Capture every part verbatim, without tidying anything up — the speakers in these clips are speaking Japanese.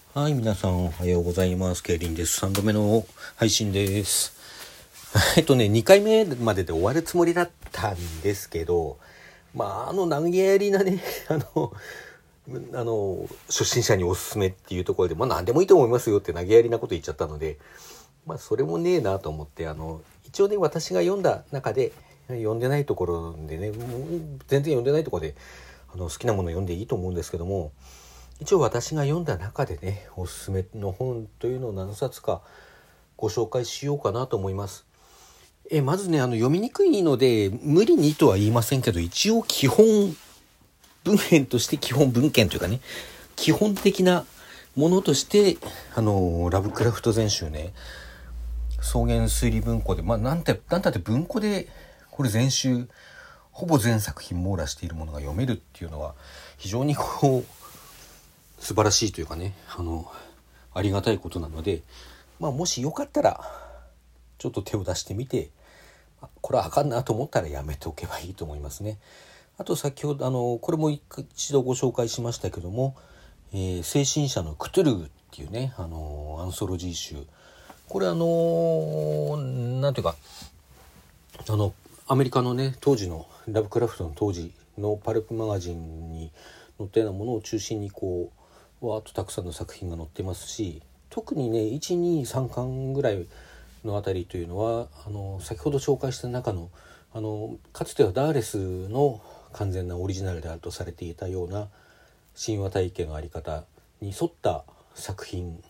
はい、皆さんおはようございます。ケイリンです。さんどめの配信です。えっとね、にかいめまでで終わるつもりだったんですけど、まあ、あの投げやりなね、あの、あの、初心者におすすめっていうところで、まあ何でもいいと思いますよって投げやりなこと言っちゃったので、まあそれもねえなと思って、あの、一応ね、私が読んだ中で、読んでないところでね、もう全然読んでないところで、あの、好きなもの読んでいいと思うんですけども、一応私が読んだ中でねおすすめの本というのを何冊かご紹介しようかなと思います。えまずねあの読みにくいので無理にとは言いませんけど、一応基本文献として基本文献というかね基本的なものとしてあのラブクラフト全集ね草原推理文庫でまあなんてなんたって文庫でこれ全集ほぼ全作品網羅しているものが読めるっていうのは非常にこう素晴らしいというかねあのありがたいことなので、まあ、もしよかったらちょっと手を出してみてこれはあかんなと思ったらやめておけばいいと思いますね。あと先ほどあのこれも一度ご紹介しましたけども、えー、精神者のクトゥルーっていうねあのアンソロジー集、これあのなんていうかあのアメリカのね当時のラブクラフトの当時のパルプマガジンに載ったようなものを中心にこうわーっとたくさんの作品が載ってますし、特にねいちにさんかんぐらいのあたりというのはあの先ほど紹介した中のあのかつてはダーレスの完全なオリジナルであるとされていたような神話体系のあり方に沿った作品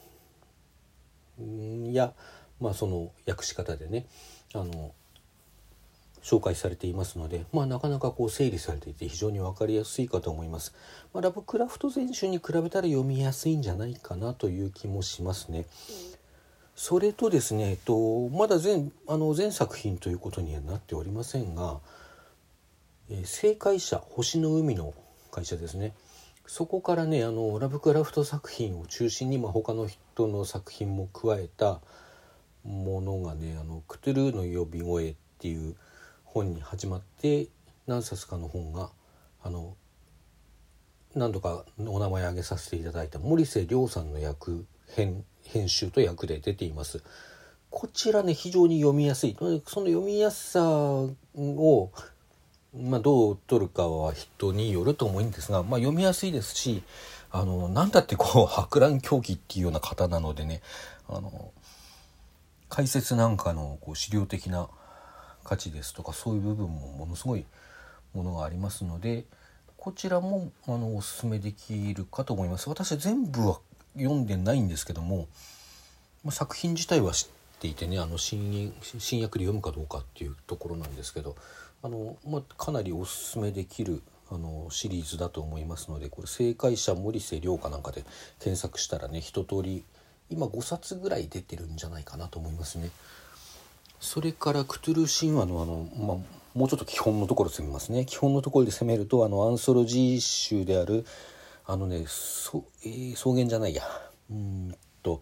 や、まあ、その訳し方でねあの紹介されていますので、まあ、なかなかこう整理されていて非常に分かりやすいかと思います。まあ、ラブクラフト全集に比べたら読みやすいんじゃないかなという気もしますね。それとですね、えっと、まだ全あの全作品ということにはなっておりませんが、えー、正解者星の海の会社ですね、そこからねあのラブクラフト作品を中心に、まあ、他の人の作品も加えたものがねあのクトゥルーの呼び声っていう本に始まって何冊かの本があの何度かお名前挙げさせていただいた森瀬亮さんの訳 編, 編集と訳で出ています。こちらね非常に読みやすい。その読みやすさを、まあ、どう取るかは人によると思うんですが、まあ、読みやすいですし、あの何だってこう博覧狂気っていうような方なのでね、あの解説なんかのこう資料的な価値ですとかそういう部分もものすごいものがありますので、こちらもあのおすすめできるかと思います。私全部は読んでないんですけども、作品自体は知っていてねあの 新, 新訳で読むかどうかっていうところなんですけど、あの、まあ、かなりおすすめできるあのシリーズだと思いますので、これ正解者森瀬亮かなんかで検索したらね一通り今ごさつぐらい出てるんじゃないかなと思いますね。それからクトゥルー神話のあの、まあ、もうちょっと基本のところ攻めますね。基本のところで攻めるとあのアンソロジー集であるあのねそ、えー、草原じゃないやうーんと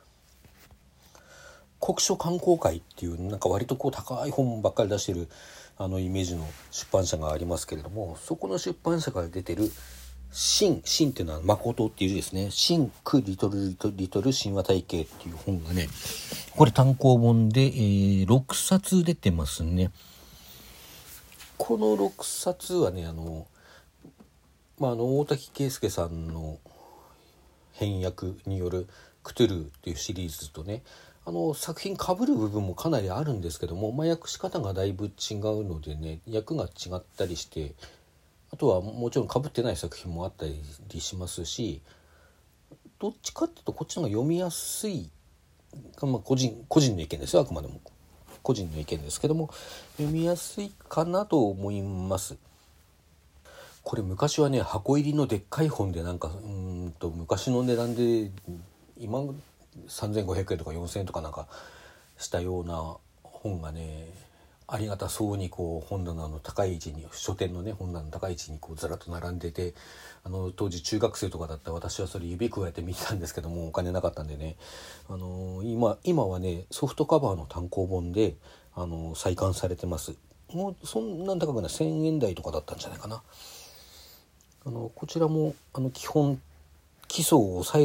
国書観光会っていうなんか割とこう高い本ばっかり出してるあのイメージの出版社がありますけれども、そこの出版社から出てる神神っていうのは誠っていう字ですね。神クリトルリトリトル神話体系っていう本がね、これ単行本で、えー、ろくさつ出てますね。このろくさつはねあの、まあ、あの大滝圭介さんの翻訳によるクトゥルーっていうシリーズとねあの作品被る部分もかなりあるんですけども、まあ、訳し方がだいぶ違うのでね訳が違ったりして、あとはもちろん被ってない作品もあったりしますし、どっちかっていうとこっちの方が読みやすい、まあ、個人個人の意見ですよ、あくまでも個人の意見ですけども読みやすいかなと思います。これ昔はね箱入りのでっかい本でなんかうーんと昔の値段で今さんぜんごひゃくえんとかよんせんえんとかなんかしたような本がねありがたそうにこう本棚の高い位置に書店のね本棚の高い位置にこうずらっと並んでて、あの当時中学生とかだった私はそれ指くわえて見てたんですけどもお金なかったんでね、あのー、今今はねソフトカバーの単行本で、あのー、再刊されてます。もうそんな高くないせんえん台とかだったんじゃないかな。あのこちらもあの基本基礎を抑える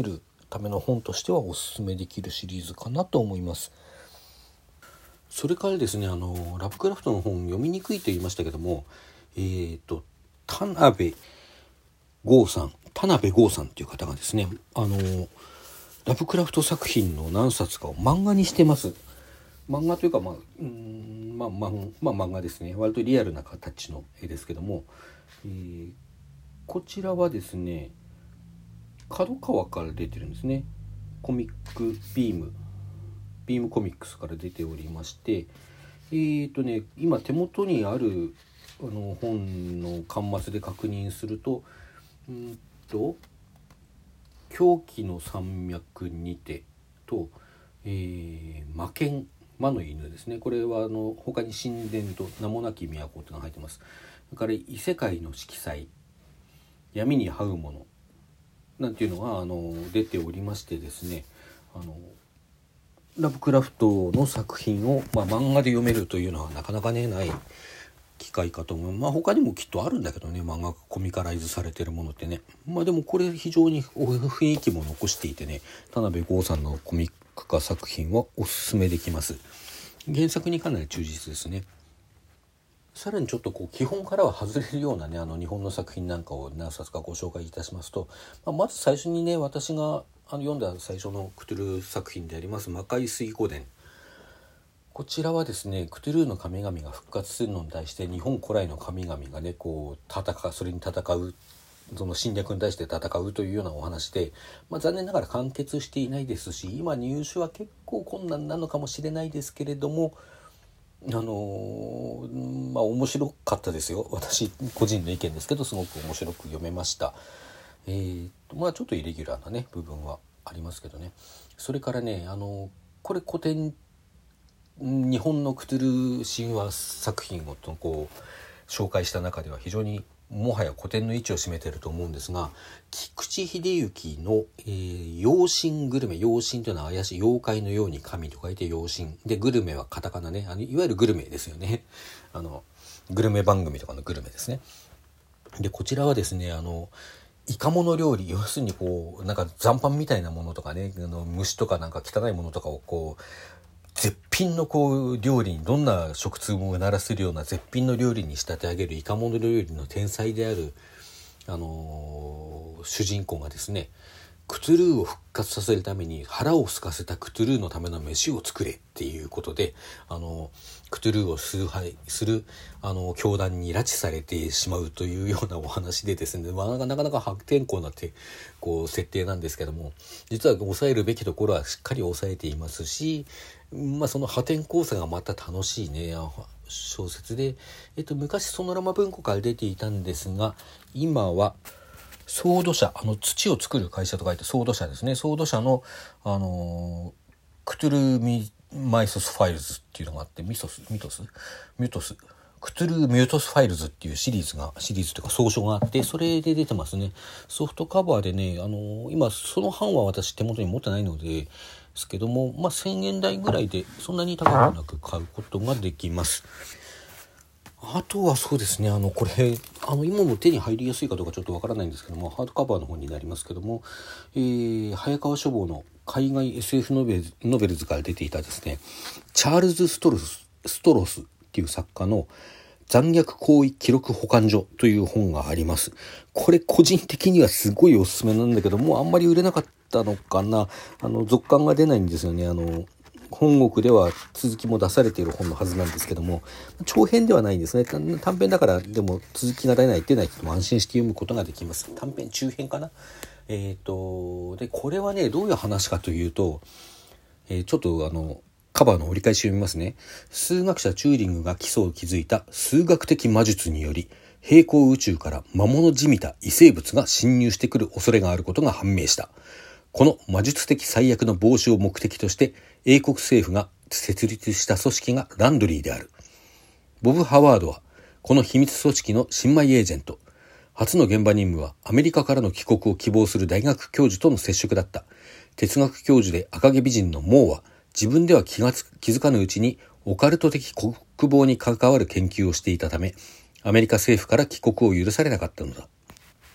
ための本としてはおすすめできるシリーズかなと思います。それからですね、あのラブクラフトの本読みにくいと言いましたけども、えーと田辺剛さん田辺剛さんっていう方がですね、あのラブクラフト作品の何冊かを漫画にしてます。漫画というか、まあ、うーんまあ、まあ、まあ、漫画ですね。割とリアルな形の絵ですけども、えー、こちらはですね、角川から出てるんですね。コミックビームビームコミックスから出ておりまして、えーとね、今手元にあるあの本の巻末で確認すると、うんと狂気の山脈にてと、えー、魔剣魔の犬ですね。これはあの他に神殿と名もなき都っていうのが入ってます。それから異世界の色彩、闇に這うものなんていうのがあの出ておりましてですね、あのラブクラフトの作品を、まあ、漫画で読めるというのはなかなかねない機会かと思う。まあ他にもきっとあるんだけどね、漫画コミカライズされてるものってね。まあでもこれ非常に雰囲気も残していてね、田辺剛さんのコミック化作品はおすすめできます。原作にかなり忠実ですね。さらにちょっとこう基本からは外れるようなね、あの日本の作品なんかを何冊かご紹介いたしますと、まあ、まず最初にね、私があの読んだ最初のクトゥルー作品であります魔界水湖伝。こちらはですね、クトゥルーの神々が復活するのに対して日本古来の神々がね、こう戦う、それに戦う、その侵略に対して戦うというようなお話で、まあ、残念ながら完結していないですし、今入手は結構困難なのかもしれないですけれども、あのー、まあ面白かったですよ。私個人の意見ですけど、すごく面白く読めました。えーとまあちょっとイレギュラーなね部分はありますけどね。それからね、あのこれ古典日本のクトゥルー神話作品をこう紹介した中では非常にもはや古典の位置を占めていると思うんですが、菊池秀行の、えー、妖神グルメ、妖神というのは怪しい妖怪のように神と書いて妖神で、グルメはカタカナね、あのいわゆるグルメですよね。あのグルメ番組とかのグルメですね。でこちらはですね、あのイカモノ料理、要するにこうなんか残飯みたいなものとかね、あの虫とかなんか汚いものとかをこう絶品のこう料理に、どんな食通もうならせるような絶品の料理に仕立て上げるイカモノ料理の天才である、あのー、主人公がですね、クトゥルーを復活させるために腹を空かせたクトゥルーのための飯を作れっていうことで、あのクトゥルーを崇拝するあの教団に拉致されてしまうというようなお話でですね、まあ、なかなか破天荒なてこう設定なんですけども、実は抑えるべきところはしっかり抑えていますし、まあ、その破天荒さがまた楽しいね小説で、えっと、昔ソノラマ文庫から出ていたんですが、今はソード社、あの土を作る会社と書いてソード社ですね。ソード社の、あのクトゥルーミマイソスファイルズっていうのがあって、ミソスミトスミュトスクトゥルーミュートスファイルズっていうシリーズがシリーズというか総書があって、それで出てますね。ソフトカバーでね、あの今その版は私手元に持ってないのでですけども、まあ、せんえん台ぐらいでそんなに高くなく買うことができます。あとはそうですね、あのこれあの今も手に入りやすいかどうかちょっとわからないんですけども、ハードカバーの方になりますけども、えー、早川書房の海外 エスエフ ノベルズ、ノベルズから出ていたですね、チャールズ・ストロス、ストロスっていう作家の残虐行為記録保管所という本があります。これ個人的にはすごいおすすめなんだけども、あんまり売れなかったのかな。あの続刊が出ないんですよね。あの本国では続きも出されている本のはずなんですけども、長編ではないんですね。短編だからでも続きが出ないっていうのはも安心して読むことができます。短編中編かな。えっとでこれはね、どういう話かというと、えー、ちょっとあのカバーの折り返し読みますね。数学者チューリングが基礎を築いた数学的魔術により、平行宇宙から魔物じみた異生物が侵入してくる恐れがあることが判明した。この魔術的最悪の防止を目的として英国政府が設立した組織がランドリーである。ボブ・ハワードはこの秘密組織の新米エージェント。初の現場任務はアメリカからの帰国を希望する大学教授との接触だった。哲学教授で赤毛美人のモーは自分では気がつ気づかぬうちにオカルト的国防に関わる研究をしていたため、アメリカ政府から帰国を許されなかったのだ。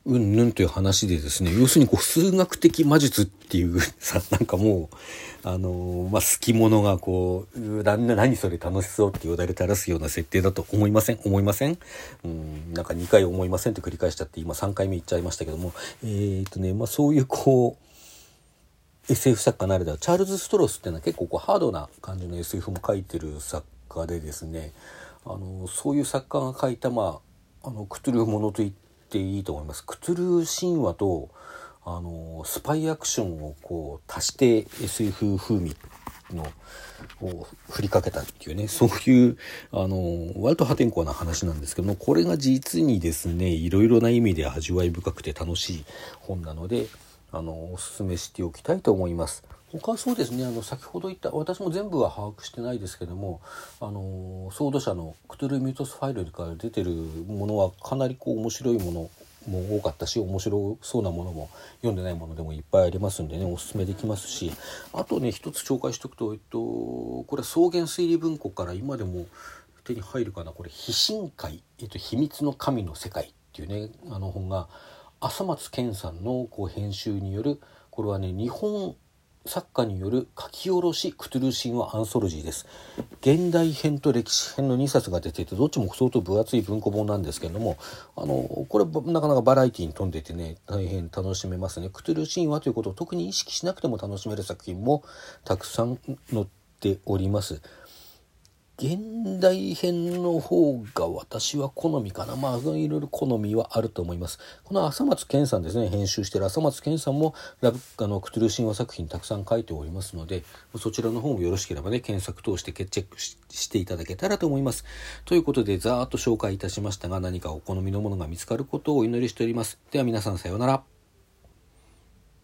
うんぬんという話でですね、要するにこう数学的魔術っていうさ、なんかもうあのー、まあ好き者がこうな何それ楽しそうってよだれ垂らすような設定だと思いません思いませんうんなんかにかい思いませんって繰り返しちゃって今さんかいめ言っちゃいましたけども、えー、っとねまあそういうこう エスエフ 作家ならでは、チャールズ・ストロスっていうのは結構こうハードな感じの エスエフ も書いてる作家でですね、あのそういう作家が書いた、まあ、あのクトゥルフものといっていいと思います。クトゥルフ神話とあのスパイアクションをこう足して エスエフ 風味のを振りかけたっていうね、そういうあの割と破天荒な話なんですけども、これが実にですねいろいろな意味で味わい深くて楽しい本なので、あのおすすめしておきたいと思います。他はそうですね、あの先ほど言った私も全部は把握してないですけども、あのソード社のクトゥルーミュートスファイルから出てるものはかなりこう面白いものも多かったし、面白そうなものも読んでないものでもいっぱいありますんでね、おすすめできますし、あとね一つ紹介しておくと、えっと、これは草原推理文庫から今でも手に入るかな、これ非神界、えっと、秘密の神の世界っていうねあの本が浅松健さんのこう編集による、これはね日本作家による書き下ろしクトゥルー神話アンソロジーです。現代編と歴史編のにさつが出ていて、どっちも相当分厚い文庫本なんですけれども、あのこれなかなかバラエティに富んでてね大変楽しめますね。クトゥルー神話ということを特に意識しなくても楽しめる作品もたくさん載っております。現代編の方が私は好みかな。まあいろいろ好みはあると思います。この浅松健さんですね、編集している浅松健さんもラブあのクトゥルー神話作品たくさん書いておりますので、そちらの方もよろしければね検索通してチェック し, していただけたらと思います。ということでざーっと紹介いたしましたが、何かお好みのものが見つかることをお祈りしております。では皆さんさようなら。